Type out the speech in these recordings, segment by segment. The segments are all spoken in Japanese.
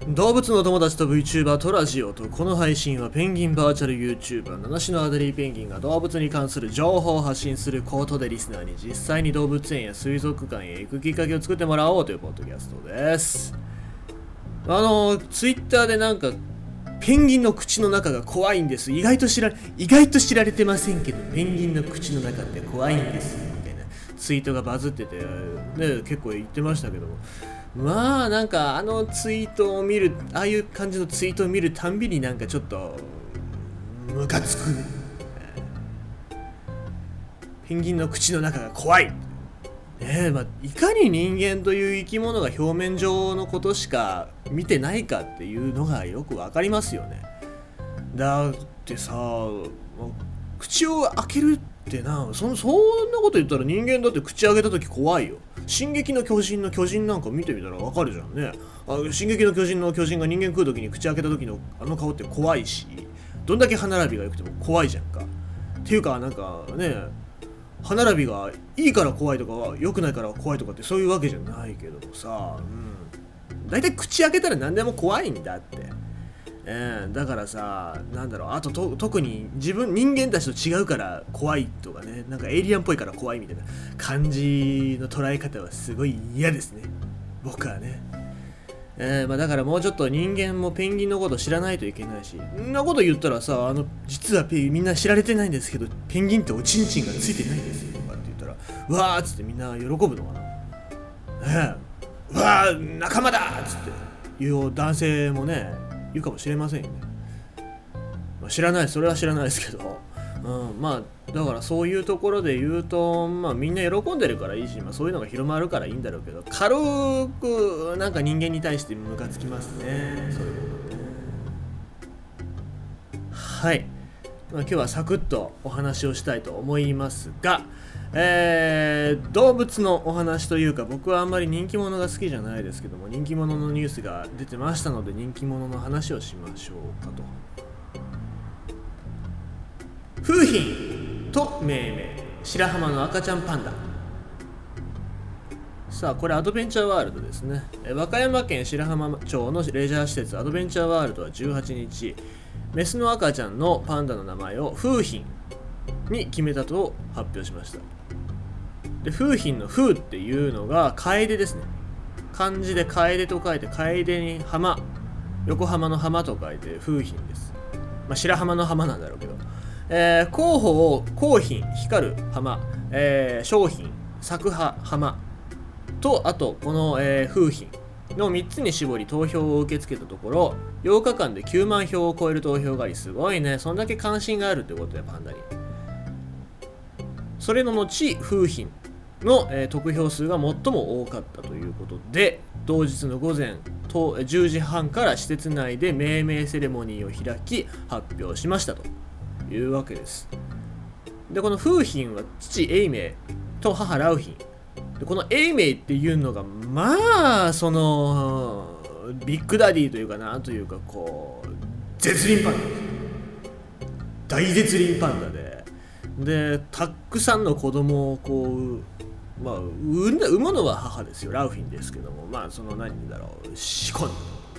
動物の友達と VTuber とラジオと、この配信はペンギンバーチャル YouTuber 七種のアデリーペンギンが動物に関する情報を発信することでリスナーに実際に動物園や水族館へ行くきっかけを作ってもらおうというポッドキャストです。Twitter でなんかペンギンの口の中が怖いんです、意外と知られてませんけどペンギンの口の中って怖いんですみたいなツイートがバズってて、ね、結構言ってましたけども、まあなんかツイートを見る、ああいう感じのツイートを見るたんびになんかちょっとムカつく。ペンギンの口の中が怖い。いかに人間という生き物が表面上のことしか見てないかっていうのがよくわかりますよね。だってさ、口を開けるってそんなこと言ったら人間だって口開けた時怖いよ。進撃の巨人の巨人なんか見てみたらわかるじゃんね。進撃の巨人の巨人が人間食う時に口開けた時のあの顔って怖いし、どんだけ歯並びが良くても怖いじゃんか。っていうかなんかね、歯並びがいいから怖いとか良くないから怖いとかってそういうわけじゃないけどもさ、だいたい口開けたら何でも怖いんだって。だからさ、あと特に人間たちと違うから怖いとかね、なんかエイリアンっぽいから怖いみたいな感じの捉え方はすごい嫌ですね、僕はね。だからもうちょっと人間もペンギンのこと知らないといけないし、そんなこと言ったらさ、実はみんな知られてないんですけどペンギンっておちんちんがついてないんですよとかって言ったら、うわーっつってみんな喜ぶのかな。うわー仲間だっつって言う男性もねいるかもしれませんよね。それは知らないですけど、だからそういうところで言うと、みんな喜んでるからいいし、そういうのが広まるからいいんだろうけど、軽くなんか人間に対してムカつきますね、そういうことね。はい、今日はサクッとお話をしたいと思いますが、動物のお話というか、僕はあんまり人気者が好きじゃないですけども、人気者のニュースが出てましたので人気者の話をしましょうかと。楓浜と命名、白浜の赤ちゃんパンダ。さあこれアドベンチャーワールドですね。和歌山県白浜町のレジャー施設アドベンチャーワールドは18日、メスの赤ちゃんのパンダの名前を楓浜に決めたと発表しました。で、楓浜の楓っていうのが楓ですね。漢字で楓と書いて、楓に浜、横浜の浜と書いて楓浜です。白浜の浜なんだろうけど、候補を紅浜、光る浜、商品、咲く浜と、あとこの、楓浜の3つに絞り投票を受け付けたところ、8日間で9万票を超える投票があり、すごいね。そんだけ関心があるってことでパンダに。それの後、楓浜の、得票数が最も多かったということで、同日の午前10時半から施設内で命名セレモニーを開き発表しましたというわけです。で、この楓浜は父永明と母良浜で、この永明っていうのがそのビッグダディというかなんというか、こう絶倫パンダです。大絶倫パンダでたくさんの子供をこう産むのは母ですよ、良浜ですけども、仕込んで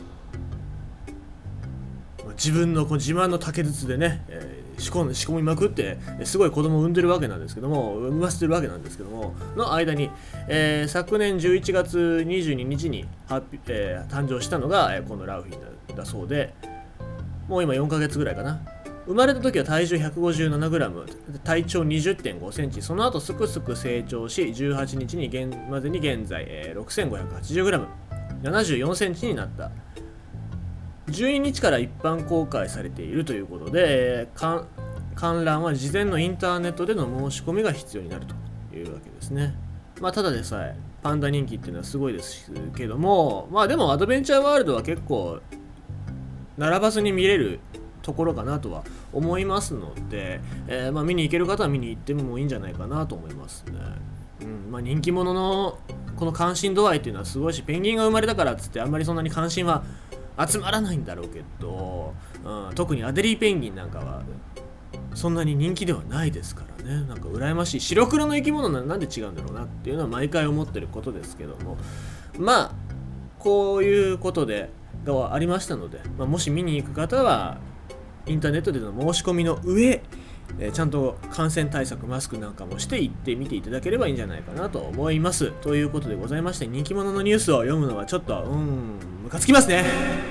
自分の自慢の竹筒でね、仕込みまくってすごい子供を産んでるわけなんですけども、産ませてるわけなんですけども、の間に、昨年11月22日に誕生したのが、この良浜だそうで、もう今4ヶ月ぐらいかな。生まれた時は体重 157g、 体長 20.5 センチ、その後すくすく成長し、18日にまでに現在、6580g、 74センチになった。12日から一般公開されているということで、観覧は事前のインターネットでの申し込みが必要になるというわけですね。ただでさえパンダ人気っていうのはすごいですけども、でもアドベンチャーワールドは結構並ばずに見れるところかなとは思いますので、見に行ける方は見に行ってもいいんじゃないかなと思いますね。人気者のこの関心度合いっていうのはすごいし、ペンギンが生まれたからっつってあんまりそんなに関心は集まらないんだろうけど、特にアデリーペンギンなんかはそんなに人気ではないですからね。なんか羨ましい。白黒の生き物なんで違うんだろうなっていうのは毎回思ってることですけども、こういうことでがありましたので、もし見に行く方はインターネットでの申し込みの上、ちゃんと感染対策マスクなんかもして行ってみていただければいいんじゃないかなと思います。ということでございまして、人気者のニュースを読むのはちょっとムカつきますね。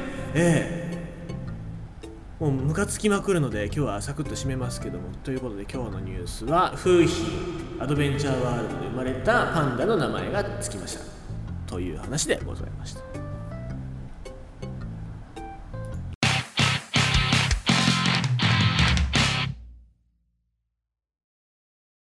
もうムカつきまくるので今日はサクッと締めますけども、ということで今日のニュースは楓浜アドベンチャーワールドで生まれたパンダの名前がつきましたという話でございました。